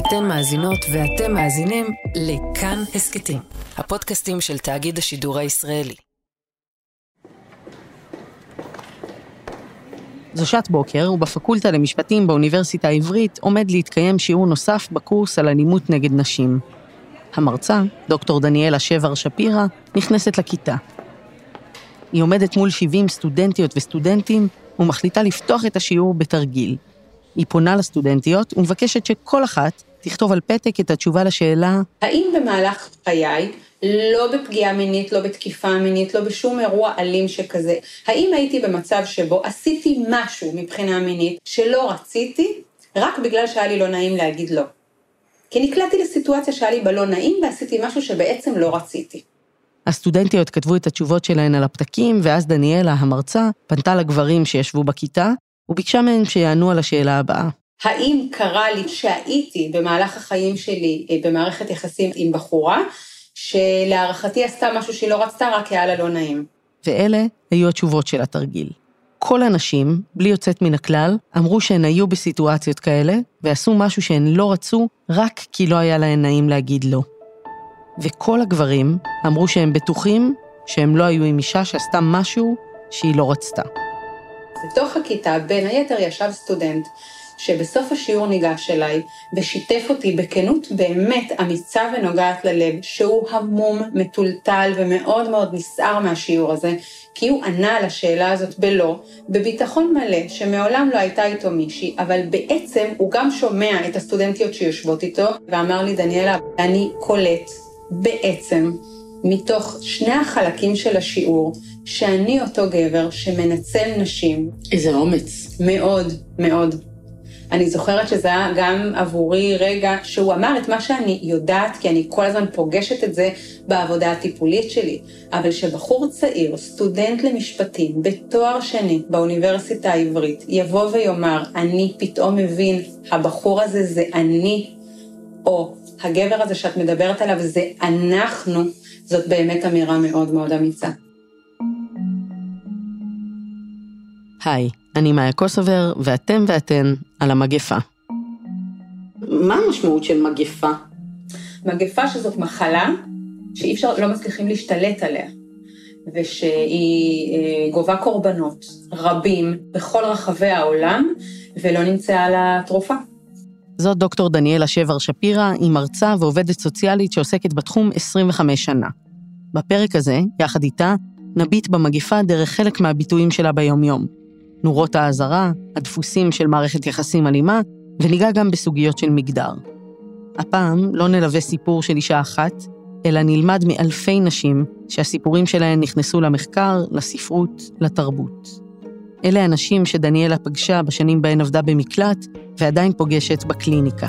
אתן מאזינות ואתם מאזינים לכאן הסקטים, הפודקאסטים של תאגיד השידור הישראלי. זו שעת בוקר, ובפקולטה למשפטים באוניברסיטה העברית עומד להתקיים שיעור נוסף בקורס על אלימות נגד נשים. המרצה, דוקטור דניאלה שבר שפירא, נכנסת לכיתה. היא עומדת מול 70 סטודנטיות וסטודנטים ומחליטה לפתוח את השיעור בתרגיל. היא פונה לסטודנטיות ומבקשת שכל אחת תכתוב על פתק את התשובה לשאלה: האם במהלך חיי, לא בפגיעה מינית, לא בתקיפה מינית, לא בשום אירוע אלים שכזה, האם הייתי במצב שבו עשיתי משהו מבחינה מינית שלא רציתי, רק בגלל שהיה לי לא נעים להגיד לא? כי נקלעתי לסיטואציה שהיה לי בלא נעים ועשיתי משהו שבעצם לא רציתי. הסטודנטיות כתבו את התשובות שלהן על הפתקים, ואז דניאלה, המרצה, פנתה לגברים שישבו בכיתה, וביקשה מהם שיענו על השאלה הבאה. האם קרה לי שהייתי במהלך החיים שלי במערכת יחסים עם בחורה, שלהערכתי עשתה משהו שהיא לא רצתה, רק היה לה לא נעים? ואלה היו התשובות של התרגיל. כל הנשים, בלי יוצאת מן הכלל, אמרו שהן היו בסיטואציות כאלה, ועשו משהו שהן לא רצו, רק כי לא היה להן נעים להגיד לא. וכל הגברים אמרו שהם בטוחים שהם לא היו עם אישה שעשתה משהו שהיא לא רצתה. בתוך הכיתה, בין היתר, ישב סטודנט שבסוף השיעור ניגש אליי ושיתף אותי בכנות באמת אמיצה ונוגעת ללב, שהוא המום, מטולטל ומאוד מאוד נסער מהשיעור הזה, כי הוא ענה על השאלה הזאת בלא, בביטחון מלא, שמעולם לא הייתה איתו מישהי, אבל בעצם הוא גם שומע את הסטודנטיות שיושבות איתו, ואמר לי: דניאלה, אני קולט בעצם מתוך שני החלקים של השיעור, שאני אותו גבר שמנצל נשים. איזה אומץ. מאוד, מאוד. אני זוכרת שזה היה גם עבורי רגע שהוא אמר את מה שאני יודעת, כי אני כל הזמן פוגשת את זה בעבודה הטיפולית שלי, אבל שבחור צעיר, סטודנט למשפטים, בתואר שני באוניברסיטה העברית, יבוא ויאמר: אני פתאום מבין, הבחור הזה זה אני, או הגבר הזה שאת מדברת עליו זה אנחנו, זאת באמת אמירה מאוד מאוד אמיצה. היי, אני מאיה קוסובר, ואתם ואתן על המגפה. מה המשמעות של מגפה? מגפה שזאת מחלה שאי אפשר, לא מצליחים להשתלט עליה, ושהיא גובה קורבנות רבים בכל רחבי העולם, ולא נמצאה לה תרופה. זאת דוקטור דניאלה שבר שפירא, היא מרצה ועובדת סוציאלית שעוסקת בתחום 25 שנה. בפרק הזה, יחד איתה, נביט במגפה דרך חלק מהביטויים שלה ביום-יום. נורות האזהרה, הדפוסים של מערכת יחסים אלימה, וניגע גם בסוגיות של מגדר. הפעם לא נלווה סיפור של אישה אחת, אלא נלמד מאלפי נשים שהסיפורים שלהן נכנסו למחקר, לספרות, לתרבות. אלה האנשים שדניאלה פגשה בשנים בהן עבדה במקלט, ועדיין פוגשת בקליניקה.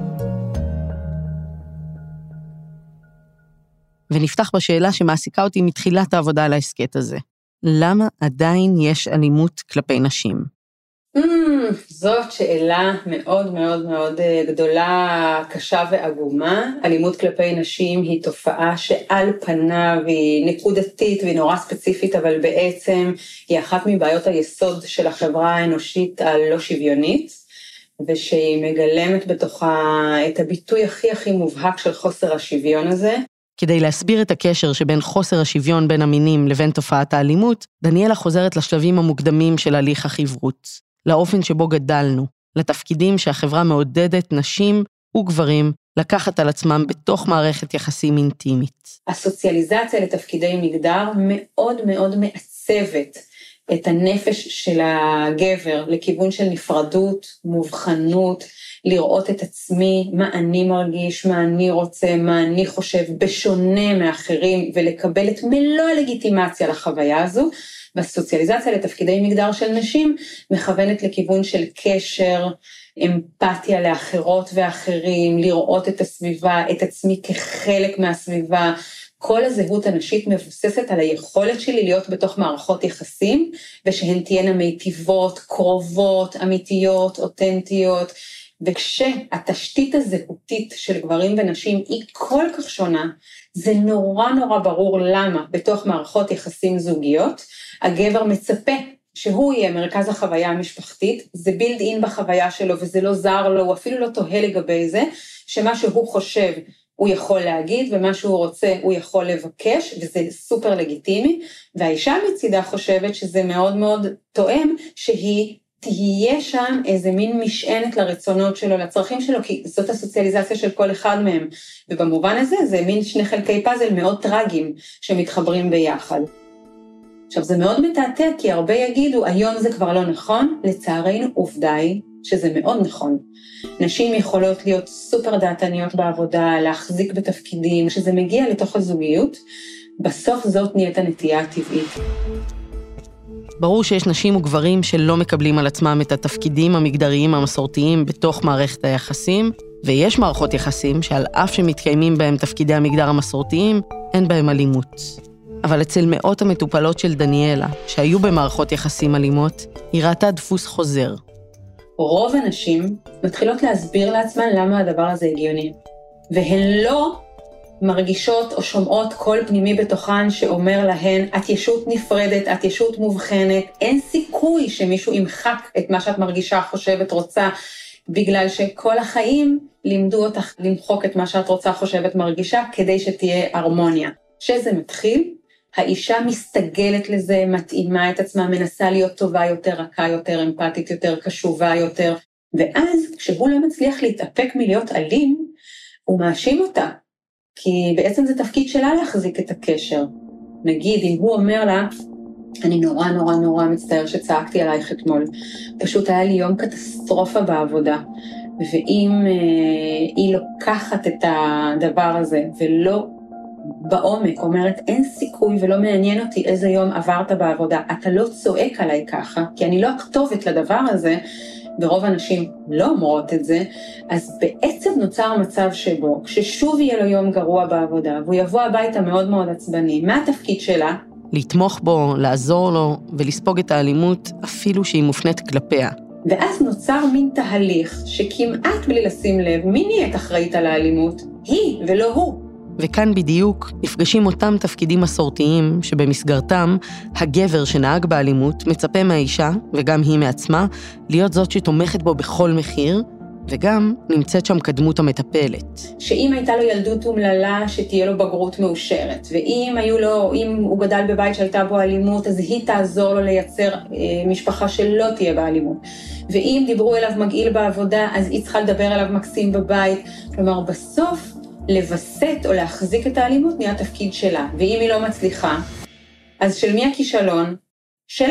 ונפתח בשאלה שמעסיקה אותי מתחילת העבודה על העסקת הזה. למה עדיין יש אלימות כלפי נשים? זאת שאלה מאוד מאוד מאוד גדולה, קשה ועגומה. אלימות כלפי נשים היא תופעה שעל פניו היא נקודתית והיא נורא ספציפית, אבל בעצם היא אחת מבעיות היסוד של החברה האנושית הלא שוויונית, ושהיא מגלמת בתוכה את הביטוי הכי מובהק של חוסר השוויון הזה. כדי להסביר את הקשר שבין חוסר השוויון בין המינים לבין תופעת האלימות, דניאלה חוזרת לשלבים המוקדמים של הליך החברות, לאופן שבו גדלנו, לתפקידים שהחברה מעודדת נשים וגברים לקחת על עצמם בתוך מערכת יחסים אינטימית. הסוציאליזציה לתפקידי מגדר מאוד מאוד מעצבת את הנפש של הגבר לכיוון של נפרדות, מובחנות, לראות את עצמי, מה אני מרגיש, מה אני רוצה, מה אני חושב, בשונה מאחרים, ולקבל את מלוא הלגיטימציה לחוויה הזו. והסוציאליזציה לתפקידי מגדר של נשים מכוונת לכיוון של קשר, אמפתיה לאחרות ואחרים, לראות את הסביבה, את עצמי כחלק מהסביבה. כל הזהות הנשית מבוססת על היכולת שלי להיות בתוך מערכות יחסים, ושהן תהיינה מיטיבות, קרובות, אמיתיות, אותנטיות, וכשהתשתית הזהותית של גברים ונשים היא כל כך שונה, זה נורא ברור למה בתוך מערכות יחסים זוגיות, הגבר מצפה שהוא יהיה מרכז החוויה המשפחתית, זה בילד אין בחוויה שלו וזה לא זר לו, הוא אפילו לא תוהה לגבי זה, שמה שהוא חושב הוא יכול להגיד, ומה שהוא רוצה הוא יכול לבקש, וזה סופר לגיטימי, והאישה מצידה חושבת שזה מאוד מאוד תואם, שהיא תהיה שם איזה מין משענת לרצונות שלו, לצרכים שלו, כי זאת הסוציאליזציה של כל אחד מהם, ובמובן הזה זה מין שני חלקי פאזל מאוד טרגיים, שמתחברים ביחד. עכשיו זה מאוד מתעתע, כי הרבה יגידו, היום זה כבר לא נכון, לצערנו עובדה היא שזה מאוד נכון. נשים יכולות להיות סופר דעתניות בעבודה, להחזיק בתפקידים, שזה מגיע לתוך הזוגיות, בסוף זאת נהיית הנטייה הטבעית. ברור שיש נשים וגברים שלא מקבלים על עצמם את התפקידים המגדריים המסורתיים בתוך מערכת היחסים, ויש מערכות יחסים שעל אף שמתקיימים בהם תפקידי המגדר המסורתיים, אין בהם אלימות. אבל אצל מאות המטופלות של דניאלה, שהיו במערכות יחסים אלימות, היא ראתה דפוס חוזר. רוב הנשים מתחילות להסביר לעצמן למה הדבר הזה הגיוני, והן לא מרגישות או שומעות קול פנימי בתוכן שאומר להן, את ישות נפרדת, את ישות מובחנת, אין סיכוי שמישהו ימחק את מה שאת מרגישה, חושבת, רוצה, בגלל שכל החיים לימדו אותך למחוק את מה שאת רוצה, חושבת, מרגישה, כדי שתהיה הרמוניה. כשזה מתחיל, האישה מסתגלת לזה, מתאימה את עצמה, מנסה להיות טובה יותר, רכה יותר, אמפתית יותר, קשובה יותר, ואז כשהוא לא מצליח להתאפק מלהיות אלים, הוא מאשים אותה, כי בעצם זה תפקיד שלה להחזיק את הקשר. נגיד, אם הוא אומר לה, אני נורא נורא נורא מצטער שצעקתי עלייך אתמול, פשוט היה לי יום קטסטרופה בעבודה, ואם היא לוקחת את הדבר הזה ולא בעומק, אומרת, אין סיכוי ולא מעניין אותי איזה יום עברת בעבודה, אתה לא צועק עליי ככה, כי אני לא הכתובת לדבר הזה, ורוב האנשים לא אומרות את זה, אז בעצם נוצר מצב שבו, כששוב יהיה לו יום גרוע בעבודה, והוא יבוא הביתה מאוד מאוד עצבני, מה התפקיד שלה? לתמוך בו, לעזור לו, ולספוג את האלימות, אפילו שהיא מופנית כלפיה. ואז נוצר מין תהליך, שכמעט בלי לשים לב, מי נהיית אחראית על האלימות? היא ולא הוא. וכאן בדיוק נפגשים אותם תפקידים מסורתיים שבמסגרתם הגבר שנהג באלימות מצפה מהאישה, וגם היא מעצמה, להיות זאת שתומכת בו בכל מחיר, וגם נמצאת שם כדמות המטפלת. שאם הייתה לו ילדות אומללה, שתהיה לו בגרות מאושרת, ואם הוא גדל בבית שהייתה בו אלימות, אז היא תעזור לו לייצר משפחה שלא תהיה באלימות. ואם דיברו אליו מגעיל בעבודה, אז היא צריכה לדבר אליו מקסים בבית. כלומר, בסוף לבסט או להחזיק את האלימות נהיה תפקיד שלה, ואם היא לא מצליחה, אז של מי הכישלון? שלה.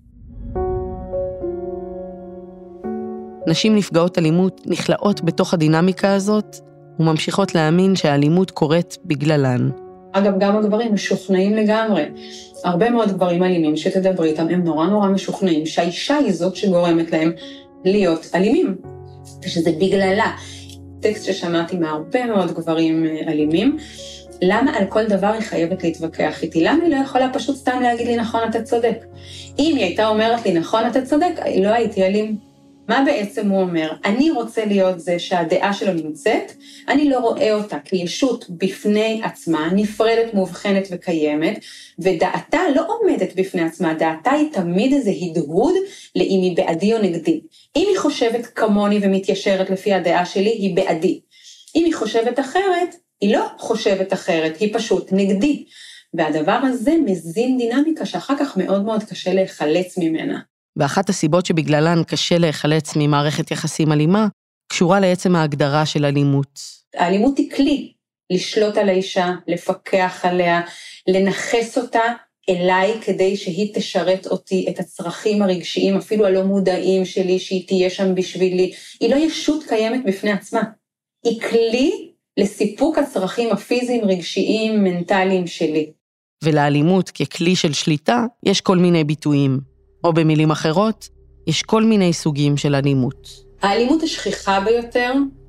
נשים נפגעות אלימות נכלאות בתוך הדינמיקה הזאת, וממשיכות להאמין שהאלימות קורית בגללן. אגב, גם הגברים משוכנעים לגמרי. הרבה מאוד גברים אלימים שתדברי איתם, הם נורא נורא משוכנעים שהאישה היא זאת שגורמת להם להיות אלימים, ושזה בגללה. טקסט ששמעתי מהרבה מאוד גברים אלימים, למה על כל דבר היא חייבת להתווכח איתי? למה היא לא יכולה פשוט סתם להגיד לי נכון אתה צודק? אם היא הייתה אומרת לי נכון אתה צודק, לא הייתי אלים. מה בעצם הוא אומר? אני רוצה להיות זה שהדעה שלו נמצאת, אני לא רואה אותה כישות בפני עצמה, נפרדת, מובחנת וקיימת, ודעתה לא עומדת בפני עצמה, דעתה היא תמיד איזה הדהוד לאם היא בעדי או נגדי. אם היא חושבת כמוני ומתיישרת לפי הדעה שלי, היא בעדי. אם היא חושבת אחרת, היא לא חושבת אחרת, היא פשוט נגדי. והדבר הזה מזין דינמיקה שאחר כך מאוד מאוד קשה להיחלץ ממנה. ואחת הסיבות שבגללן קשה להיחלץ ממערכת יחסים אלימה, קשורה לעצם ההגדרה של אלימות. האלימות היא כלי, לשלוט על האישה, לפקח עליה, לנחס אותה אליי כדי שהיא תשרת אותי, את הצרכים הרגשיים, אפילו הלא מודעים שלי, שהיא תהיה שם בשבילי. היא לא ישות קיימת בפני עצמה. היא כלי לסיפוק הצרכים הפיזיים, רגשיים, מנטליים שלי. ולאלימות ככלי של שליטה יש כל מיני ביטויים. או במילים אחרות, יש כל מיני סוגים של אלימות. האלימות השכיחה ביותר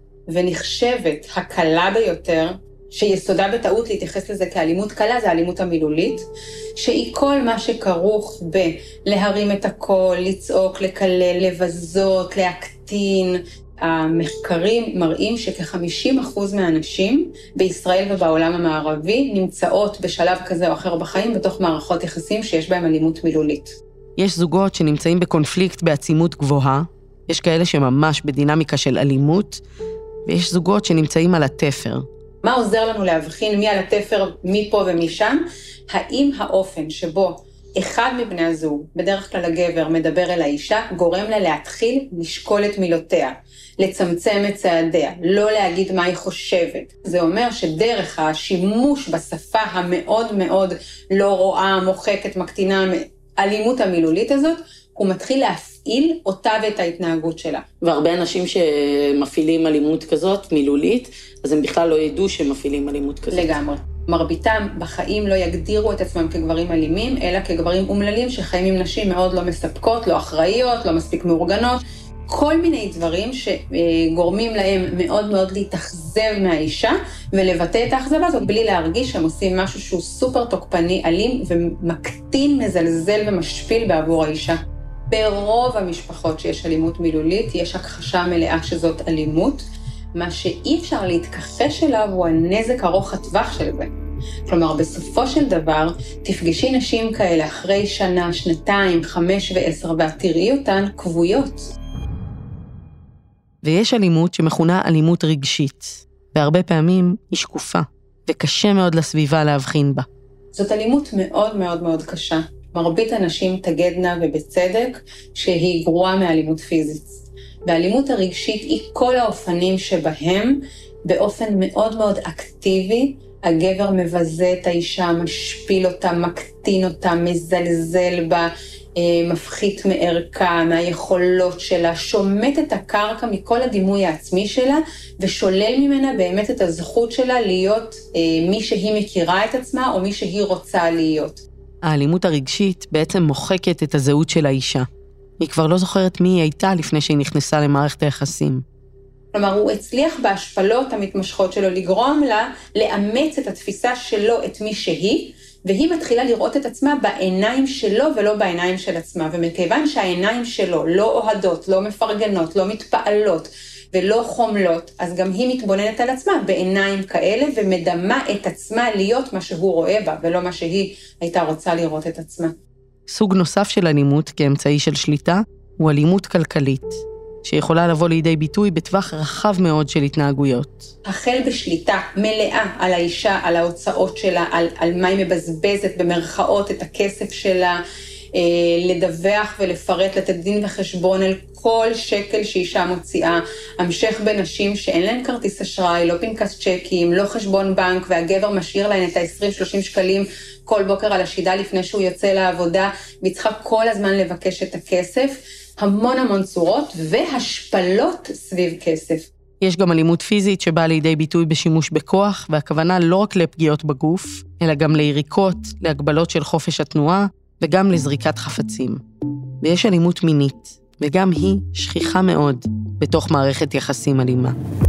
ונחשבת הקלה ביותר, שיסודה בטעות להתייחס לזה כאלימות קלה, זה האלימות המילולית, שהיא כל מה שכרוך בלהרים את הקול, לצעוק, לקלל, לבזות, להקטין. המחקרים מראים שכ-50% מהנשים בישראל ובעולם המערבי נמצאות בשלב כזה או אחר בחיים בתוך מערכות יחסים שיש בהם אלימות מילולית. יש זוגות שנמצאים בקונפליקט בעצימות גבוהה, יש כאלה שממש בדינמיקה של אלימות, ויש זוגות שנמצאים על התפר. מה עוזר לנו להבחין מי על התפר, מי פה ומי שם? האם האופן שבו אחד מבני הזוג, בדרך כלל הגבר, מדבר אל האישה, גורם לה להתחיל לשקול את מילותיה, לצמצם את צעדיה, לא להגיד מה היא חושבת. זה אומר שדרך השימוש בשפה המאוד מאוד לא רואה, מוחקת, מקטינה, האלימות המילולית הזאת, הוא מתחיל להפעיל אותה ואת ההתנהגות שלה. והרבה אנשים שמפעילים אלימות כזאת, מילולית, אז הם בכלל לא ידעו שמפעילים אלימות כזאת. לגמרי. מרביתם בחיים לא יגדירו את עצמם כגברים אלימים, אלא כגברים אומללים שחיים עם נשים מאוד לא מספקות, לא אחראיות, לא מספיק מאורגנות. כל מיני דברים שגורמים להם מאוד מאוד להתאכזב מהאישה, ולבטא את האכזבה הזאת בלי להרגיש שהם עושים משהו שהוא סופר תוקפני, אלים, ומקטין, מזלזל ומשפיל בעבור האישה. ברוב המשפחות שיש אלימות מילולית, יש הכחשה מלאה שזאת אלימות, מה שאי אפשר להתכחש אליו הוא הנזק ארוך הטווח של זה. כלומר, בסופו של דבר, תפגשי נשים כאלה אחרי שנה, שנתיים, 5 ו10, ואת תראי אותן כבויות. ויש אלימות שמכונה אלימות רגשית, והרבה פעמים היא שקופה, וקשה מאוד לסביבה להבחין בה. זאת אלימות מאוד מאוד מאוד קשה. מרבית הנשים תגדנה ובצדק שהיא גרועה מאלימות פיזית. והאלימות הרגשית היא כל האופנים שבהם, באופן מאוד מאוד אקטיבי, הגבר מבזה את האישה, משפיל אותה, מקטין אותה, מזלזל בה, מפחית מערכה, מהיכולות שלה, שומט את הקרקע מכל הדימוי העצמי שלה, ושולל ממנה באמת את הזכות שלה להיות מי שהיא מכירה את עצמה, או מי שהיא רוצה להיות. האלימות הרגשית בעצם מוחקת את הזהות של האישה. היא כבר לא זוכרת מי היא הייתה לפני שהיא נכנסה למערכת היחסים. כלומר, הוא הצליח בהשפלות המתמשכות שלו לגרום לה לאמץ את התפיסה שלו את מי שהיא, והיא מתחילה לראות את עצמה בעיניים שלו ולא בעיניים של עצמה. ומכיוון שהעיניים שלו לא אוהדות, לא מפרגנות, לא מתפעלות ולא חומלות, אז גם היא מתבוננת על עצמה בעיניים כאלה ומדמה את עצמה להיות מה שהוא רואה בה, ולא מה שהיא הייתה רוצה לראות את עצמה. סוג נוסף של אלימות כאמצעי של שליטה הוא אלימות כלכלית, שיכולה לבוא לידי ביטוי בטווח רחב מאוד של התנהגויות. החל בשליטה מלאה על האישה, על ההוצאות שלה, על מה היא מבזבזת במרכאות את הכסף שלה, לדווח ולפרט, לתת דין וחשבון על כל שקל שאישה מוציאה, המשך בנשים שאין להן כרטיס אשראי, לא פנקס צ'קים, לא חשבון בנק, והגבר משאיר להן את ה-20-30 שקלים כל בוקר על השידה לפני שהוא יוצא לעבודה, והיא כל הזמן לבקש את הכסף, המון צורות והשפלות סביב כסף. יש גם אלימות פיזית שבאה לידי ביטוי בשימוש בכוח, והכוונה לא רק לפגיעות בגוף, אלא גם ליריקות, להגבלות של חופש התנועה, וגם לזריקת חפצים. ויש אלימות מינית, וגם היא שכיחה מאוד בתוך מערכת יחסים אלימה.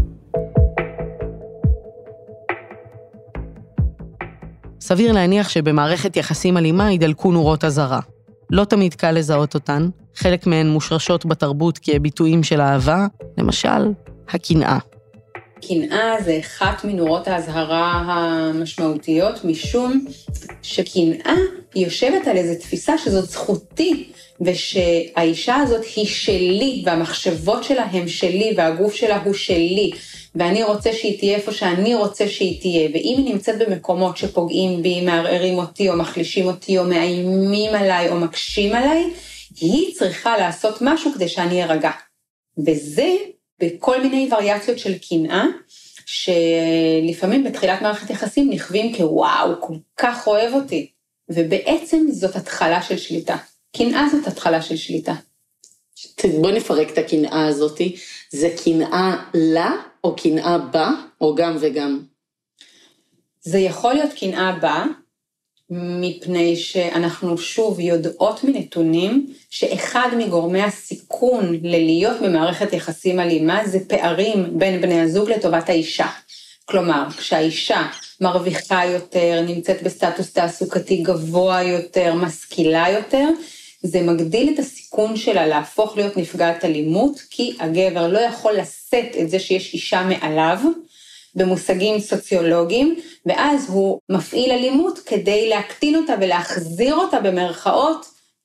סביר להניח שבמערכת יחסים אלימה ידלקו נורות אזהרה. לא תמיד קל לזהות אותן, חלק מהן מושרשות בתרבות כביטויים של אהבה, למשל, הקנאה. קנאה זה אחת מנורות ההזהרה המשמעותיות, משום שקנאה יושבת על איזו תפיסה שזאת זכותי, ושהאישה הזאת היא שלי, והמחשבות שלה הם שלי, והגוף שלה הוא שלי, ואני רוצה שהיא תהיה איפה שאני רוצה שהיא תהיה, ואם היא נמצאת במקומות שפוגעים בי, מערערים אותי, או מחלישים אותי, או מאיימים עליי, או מקשים עליי, היא צריכה לעשות משהו כדי שאני ארגע. וזה בכל מיני וריאציות של קנאה, שלפעמים בתחילת מערכת יחסים נכווים כוואו, כל כך אוהב אותי. ובעצם זאת התחלה של שליטה. קנאה זאת התחלה של שליטה. בוא נפרק את הקנאה הזאת. זה קנאה לה או קנאה בה, או גם וגם? זה יכול להיות קנאה בה, מפני שאנחנו שוב יודעות מנתונים שאחד מגורמי הסיכון ללהיות במערכת יחסים אלימה זה פערים בין בני הזוג לטובת האישה. כלומר, כשהאישה מרוויחה יותר, נמצאת בסטטוס תעסוקתי גבוה יותר, משכילה יותר, זה מגדיל את הסיכון שלה להפוך להיות נפגעת אלימות, כי הגבר לא יכול לשאת את זה שיש אישה מעליו, במושגים סוציולוגיים, ואז הוא מפעיל אלימות כדי להקטין אותה ולהחזיר אותה במרכאות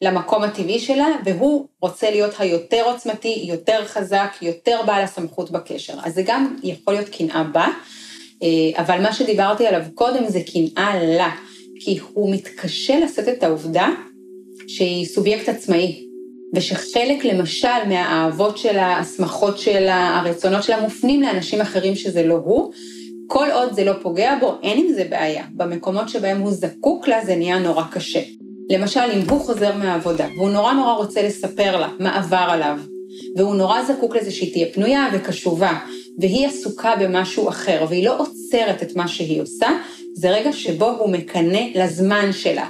למקום הטבעי שלה, והוא רוצה להיות היותר עוצמתי, יותר חזק, יותר בעל הסמכות בקשר. אז זה גם יכול להיות קנאה בה, אבל מה שדיברתי עליו קודם זה קנאה לה, כי הוא מתקשה לשאת את העובדה שהיא סובייקט עצמאי, ושחלק למשל מהאהבות שלה, הסמכות שלה, הרצונות שלה מופנים לאנשים אחרים שזה לא הוא, כל עוד זה לא פוגע בו, אין עם זה בעיה. במקומות שבהם הוא זקוק לה זה נהיה נורא קשה. למשל, אם הוא חוזר מהעבודה, והוא נורא רוצה לספר לה מה עבר עליו, והוא נורא זקוק לזה שהיא תהיה פנויה וקשובה, והיא עסוקה במשהו אחר, והיא לא עוצרת את מה שהיא עושה, זה רגע שבו הוא מקנה לזמן שלה.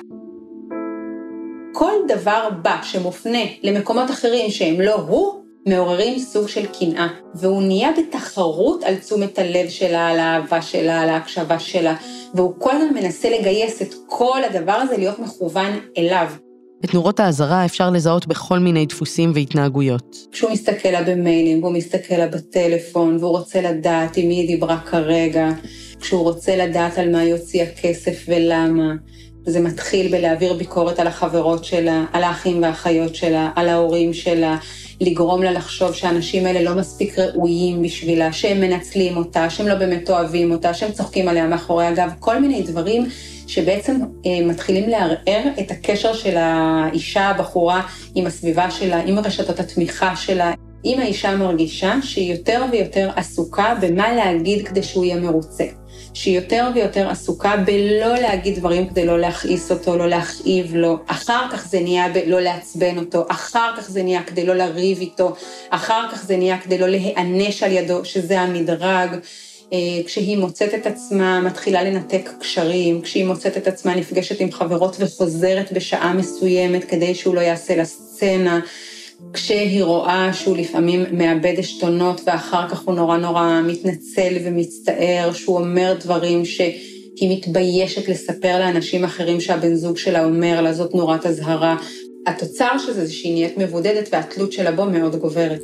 כל דבר בא שמופנה למקומות אחרים שהם לא הוא, מעוררים סוג של קנאה, והוא נהיה בתחרות על תשומת הלב שלה, על האהבה שלה, על ההקשבה שלה, והוא כל הזמן מנסה לגייס את כל הדבר הזה להיות מכוון אליו. את נורות האזהרה אפשר לזהות בכל מיני דפוסים והתנהגויות. כשהוא מסתכל לה במיילים, והוא מסתכל לה בטלפון, והוא רוצה לדעת עם מי היא דיברה כרגע, כשהוא רוצה לדעת על מה היא הוציאה כסף ולמה, זה מתחיל בלהעביר ביקורת על החברות שלה, על האחים והאחיות שלה, על ההורים שלה, לגרום לה לחשוב שהאנשים האלה לא מספיק ראויים בשבילה, שהם מנצלים אותה, שהם לא באמת אוהבים אותה, שהם צוחקים עליה מאחורי הגב, כל מיני דברים שבעצם מתחילים לערער את הקשר של האישה, הבחורה, עם הסביבה שלה, עם רשתות התמיכה שלה. אם האישה מרגישה שהיא יותר ויותר עסוקה במה להגיד כדי שהוא יהיה מרוצה, שהיא יותר ויותר עסוקה בלא להגיד דברים כדי לא להכעיס אותו, לא להכאיב לו, אחר כך זה נהיה לא לעצבן אותו, אחר כך זה נהיה כדי לא לריב איתו, אחר כך זה נהיה כדי לא להיענש על ידו, שזה המדרג, כשהיא מוצאת את עצמה, מתחילה לנתק קשרים, כשהיא מוצאת את עצמה נפגשת עם חברות וחוזרת בשעה מסוימת כדי שהוא לא יעשה לה סצנה, כשהיא רואה שהוא לפעמים מאבד עשתונות, ואחר כך הוא נורא מתנצל ומצטער, שהוא אומר דברים שהיא מתביישת לספר לאנשים אחרים שהבן זוג שלה אומר לה, זאת נורת אזהרה. התוצר של זה שהיא נהיית מבודדת והתלות שלה בו מאוד גוברת.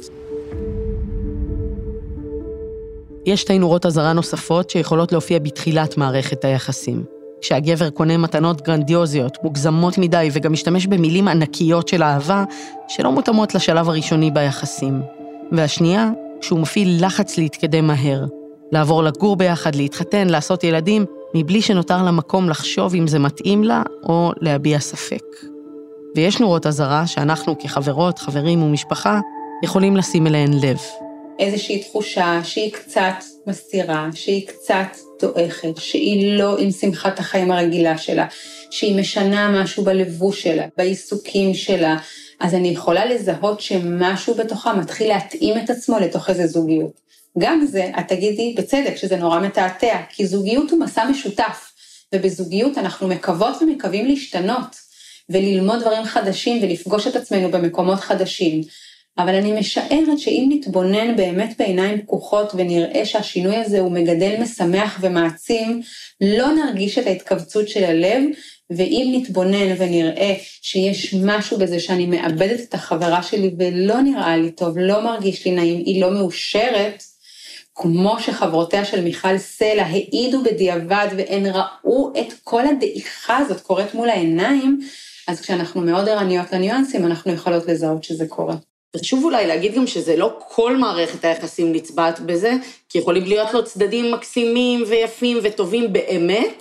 יש שתי נורות אזהרה נוספות שיכולות להופיע בתחילת מערכת היחסים. כשהגבר קונה מתנות גרנדיוזיות, מוגזמות מדי וגם משתמש במילים ענקיות של אהבה שלא מותאמות לשלב הראשוני ביחסים. והשנייה, כשהוא מפעיל לחץ להתקדם מהר, לעבור לגור ביחד, להתחתן, לעשות ילדים, מבלי שנותר לה מקום לחשוב אם זה מתאים לה או להביע ספק. ויש נורות אזהרה שאנחנו כחברות, חברים ומשפחה יכולים לשים אליהן לב. איזושהי תחושה שהיא קצת מסתירה, שהיא קצת דועכת, שהיא לא עם שמחת החיים הרגילה שלה, שהיא משנה משהו בלבוש שלה, בעיסוקים שלה, אז אני יכולה לזהות שמשהו בתוכה מתחיל להתאים את עצמו לתוך איזו זוגיות. גם זה, את תגידי בצדק שזה נורא מתעתע, כי זוגיות הוא מסע משותף, ובזוגיות אנחנו מקוות ומקווים להשתנות, וללמוד דברים חדשים ולפגוש את עצמנו במקומות חדשים. אבל אני משערת שאם נתבונן באמת בעיניים פקוחות ונראה שהשינוי הזה הוא מגדל משמח ומעצים, לא נרגיש את ההתכווצות של הלב, ואם נתבונן ונראה שיש משהו בזה שאני מאבדת את החברה שלי ולא נראה לי טוב, לא מרגיש לי נעים, היא לא מאושרת, כמו שחברותיה של מיכל סלע העידו בדיעבד והן ראו את כל הדעיכה הזאת קורית מול העיניים, אז כשאנחנו מאוד ערניות לניואנסים אנחנו יכולות לזהות שזה קורה. חשוב אולי להגיד גם שזה לא כל מערכת היחסים נצבעת בזה, כי יכולים להיות לו צדדים מקסימים ויפים וטובים באמת,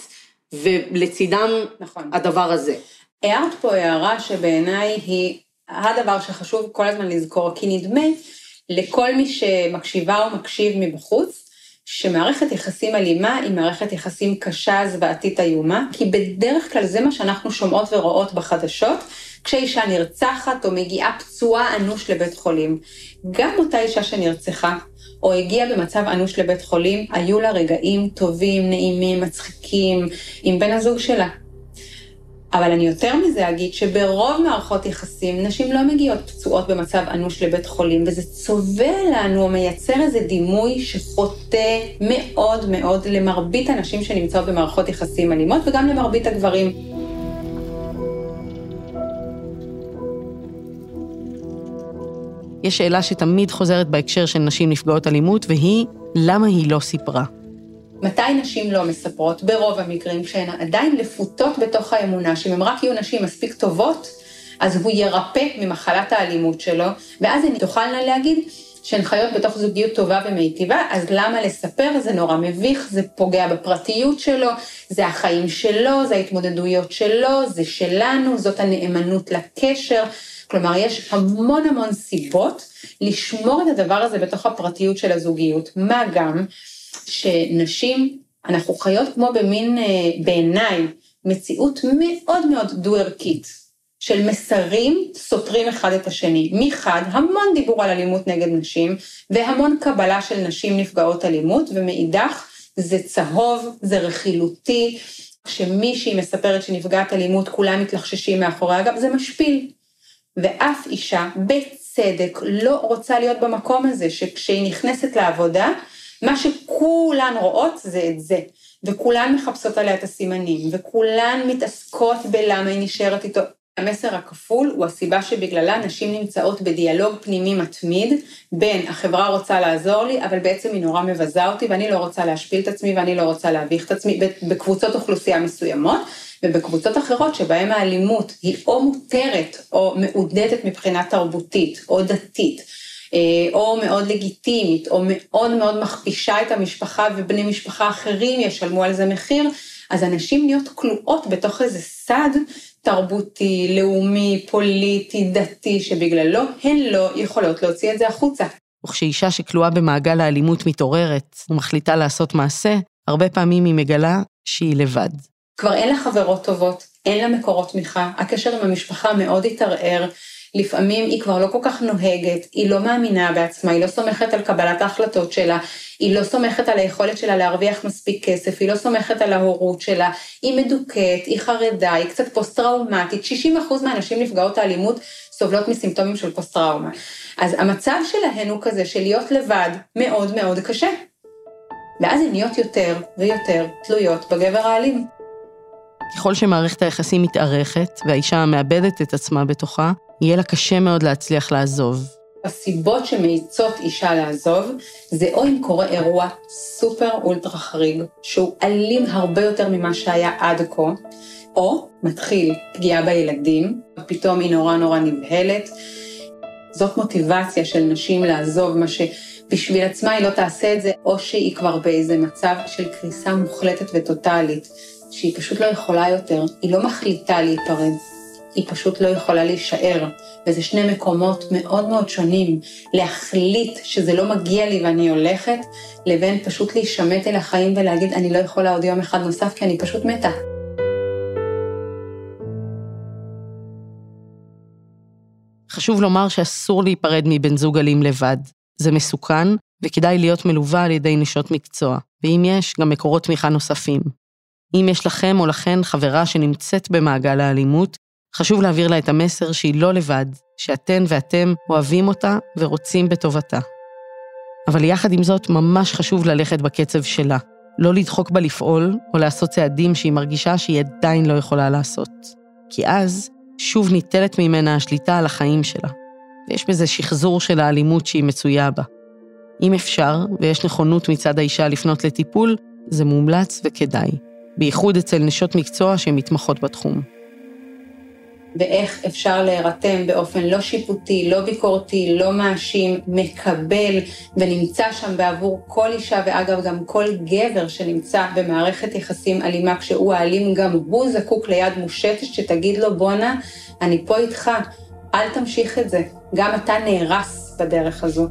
ולצידם נכון. הדבר הזה. הערת פה הערה שבעיניי היא הדבר שחשוב כל הזמן לזכור, כי נדמה לכל מי שמקשיבה או מקשיב מבחוץ, שמערכת יחסים אלימה היא מערכת יחסים קשה, זוועתית איומה, כי בדרך כלל זה מה שאנחנו שומעות ורואות בחדשות, כשאישה נרצחת או מגיעה פצועה אנוש לבית חולים. גם אותה אישה שנרצחה או הגיעה במצב אנוש לבית חולים, היו לה רגעים טובים, נעימים, מצחיקים עם בן הזוג שלה. אבל אני יותר מזה אגיד שברוב מערכות יחסים, נשים לא מגיעות פצועות במצב אנוש לבית חולים, וזה צובע לנו או מייצר איזה דימוי שחוטא מאוד מאוד למרבית הנשים שנמצאות במערכות יחסים אלימות, וגם למרבית הגברים. יש שאלה שתמיד חוזרת בהקשר של נשים נפגעות אלימות, והיא, למה היא לא סיפרה? מתי נשים לא מספרות? ברוב המקרים, כשהן עדיין לפותות בתוך האמונה, שאם הן רק יהיו נשים מספיק טובות, אז הוא ירפא ממחלת האלימות שלו, ואז הן תוכלנה להגיד שהן חיות בתוך זוגיות טובה ומיטיבה, אז למה לספר? זה נורא מביך, זה פוגע בפרטיות שלו, זה החיים שלו, זה ההתמודדויות שלו, זה שלנו, זאת הנאמנות לקשר. כלומר, יש המון המון סיבות לשמור את הדבר הזה בתוך הפרטיות של הזוגיות. מה גם שנשים, אנחנו חיות כמו במין, בעיניי, מציאות מאוד מאוד דו-ערכית. של מסרים סותרים אחד את השני. מחד, המון דיבור על אלימות נגד נשים, והמון קבלה של נשים נפגעות אלימות, ומאידך זה צהוב, זה רכילותי, שמישהי מספרת שנפגעת אלימות, כולם מתלחששים מאחורי הגב, זה משפיל. ואף אישה בצדק לא רוצה להיות במקום הזה, שכשהיא נכנסת לעבודה, מה שכולן רואות זה את זה, וכולן מחפשות עליה את הסימנים, וכולן מתעסקות בלמה היא נשארת איתו. המסר הכפול הוא הסיבה שבגללה נשים נמצאות בדיאלוג פנימי מתמיד, בין החברה רוצה לעזור לי, אבל בעצם היא נורא מבזה אותי, ואני לא רוצה להשפיל את עצמי, ואני לא רוצה להביך את עצמי, בקבוצות אוכלוסייה מסוימות, ובקבוצות אחרות שבהן האלימות היא או מותרת, או מעודדת מבחינה תרבותית, או דתית, או מאוד לגיטימית, או מאוד מאוד מכפישה את המשפחה, ובני משפחה אחרים ישלמו על זה מחיר, אז אנשים נהיות כלואות בתוך איזה סד תרבותי, לאומי, פוליטי, דתי, שבגללו הן לא יכולות להוציא את זה החוצה. וכשאישה שכלואה במעגל האלימות מתעוררת ומחליטה לעשות מעשה, הרבה פעמים היא מגלה שהיא לבד. כבר אין לה חברות טובות, אין לה מקורות תמיכה, הקשר עם המשפחה מאוד התערער, לפעמים היא כבר לא כל כך נוהגת, היא לא מאמינה בעצמה, היא לא סומכת על קבלת ההחלטות שלה, היא לא סומכת על היכולת שלה להרוויח מספיק כסף, היא לא סומכת על ההורות שלה, היא מדוכאת, היא חרדה, היא קצת פוסט-טראומטית, 60% מהנשים נפגעות האלימות סובלות מסימפטומים של פוסט-טראומה. אז המצב שלהן הוא כזה של להיות לבד מאוד מאוד קשה. ואז הן נהיות יותר ויותר תלויות בגבר האלים. ככל שמערכת היחסים מתארכת והאישה מאבדת את עצמה בתוכה, יהיה לה קשה מאוד להצליח לעזוב. הסיבות שמאיצות אישה לעזוב, זה או אם קורה אירוע סופר אולטרה חריג, שהוא אלים הרבה יותר ממה שהיה עד כה, או מתחיל פגיעה בילדים, ופתאום היא נורא נורא נבהלת. זאת מוטיבציה של נשים לעזוב, מה שבשביל עצמה היא לא תעשה את זה, או שהיא כבר באיזה מצב של קריסה מוחלטת וטוטלית, שהיא פשוט לא יכולה יותר, היא לא מחליטה להיפרד. היא פשוט לא יכולה להישאר, וזה שני מקומות מאוד מאוד שונים, להחליט שזה לא מגיע לי ואני הולכת, לבין פשוט להישמט אל החיים ולהגיד, אני לא יכולה עוד יום אחד נוסף, כי אני פשוט מתה. חשוב לומר שאסור להיפרד מבן זוג אלים לבד. זה מסוכן, וכדאי להיות מלווה על ידי נשות מקצוע, ואם יש, גם מקורות תמיכה נוספים. אם יש לכם או לכן חברה שנמצאת במעגל האלימות, חשוב להעביר לה את המסר שהיא לא לבד, שאתן ואתם אוהבים אותה ורוצים בטובתה. אבל יחד עם זאת ממש חשוב ללכת בקצב שלה, לא לדחוק בה לפעול או לעשות צעדים שהיא מרגישה שהיא עדיין לא יכולה לעשות. כי אז שוב ניטלת ממנה השליטה על החיים שלה, ויש בזה שחזור של האלימות שהיא מצויה בה. אם אפשר ויש נכונות מצד האישה לפנות לטיפול, זה מומלץ וכדאי, בייחוד אצל נשות מקצוע שמתמחות בתחום. ואיך אפשר להירתם באופן לא שיפוטי, לא ביקורתי, לא מאשים, מקבל ונמצא שם בעבור כל אישה, ואגב גם כל גבר שנמצא במערכת יחסים אלימה, כשהוא האלים גם הוא זקוק ליד מושטת שתגיד לו בונה, אני פה איתך, אל תמשיך את זה, גם אתה נהרס בדרך הזו.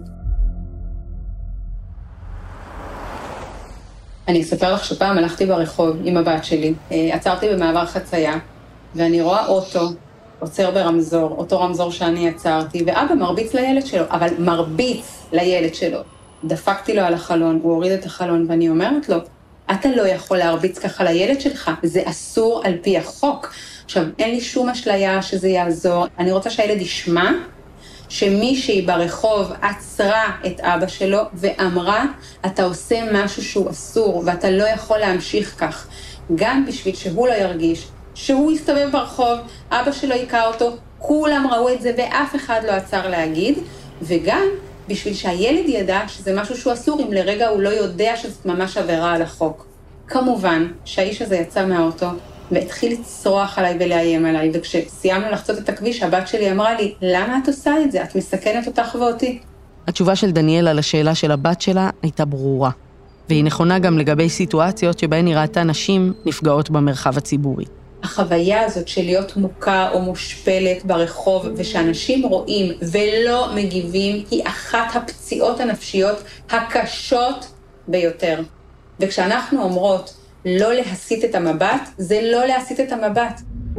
אני אספר לך שפעם הלכתי ברחוב עם הבת שלי, עצרתי במעבר חצייה, ואני רואה אוטו, עוצר ברמזור, אותו רמזור שאני עצרתי, ואבא מרביץ לילד שלו, אבל מרביץ לילד שלו. דפקתי לו על החלון, הוא הוריד את החלון, ואני אומרת לו, אתה לא יכול להרביץ ככה לילד שלך, זה אסור על פי החוק. עכשיו, אין לי שום אשליה שזה יעזור, אני רוצה שהילד ישמע, שמישהי ברחוב עצרה את אבא שלו, ואמרה, אתה עושה משהו שהוא אסור, ואתה לא יכול להמשיך כך, גם בשביל שהוא לא ירגיש, שהוא יסתובב ברחוב, אבא שלו יקע אותו, כולם ראו את זה ואף אחד לא עצר להגיד, וגם בשביל שהילד ידע שזה משהו שהוא אסור, אם לרגע הוא לא יודע שזאת ממש עבירה על החוק. כמובן שהאיש הזה יצא מהאוטו, והתחיל לצרוח עליי ולאיים עליי, וכשסיימנו לחצות את הכביש, הבת שלי אמרה לי, למה את עושה את זה? את מסכנת אותך ואותי. התשובה של דניאלה לשאלה של הבת שלה הייתה ברורה, והיא נכונה גם לגבי סיטואציות שבהן היא ראתה נשים נפגעות במרחב הציבורי. החוויה הזאת של להיות מוכה או מושפלת ברחוב, ושאנשים רואים ולא מגיבים, היא אחת הפציעות הנפשיות הקשות ביותר. וכשאנחנו אומרות לא להסיט את המבט, זה לא להסיט את המבט.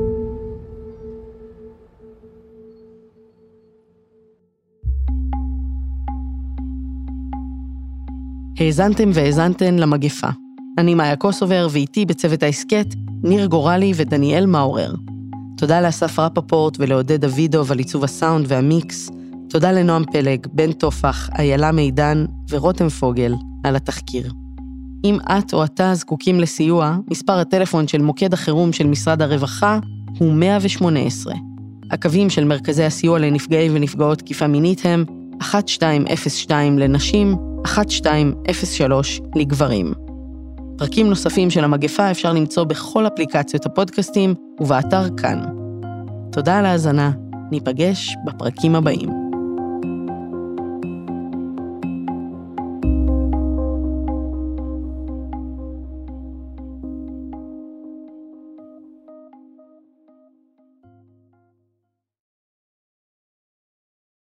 האזנתם והאזנתן למגפה. אני מאיה קוסובר, ואיתי בצוות העסקת ניר גורלי ודניאל מאורר. תודה לאסף רפפורט ולעודד דוידוב על עיצוב הסאונד והמיקס. תודה לנועם פלג, בן תופח, איילה מידן ורותם פוגל על התחקיר. אם את או אתה זקוקים לסיוע, מספר הטלפון של מוקד החירום של משרד הרווחה הוא 118. הקווים של מרכזי הסיוע לנפגעי ונפגעות תקיפה מינית הם 1202 לנשים, 1203 לגברים. פרקים נוספים של המגפה אפשר למצוא בכל אפליקציות הפודקאסטים ובאתר כאן. תודה על ההאזנה, ניפגש בפרקים הבאים.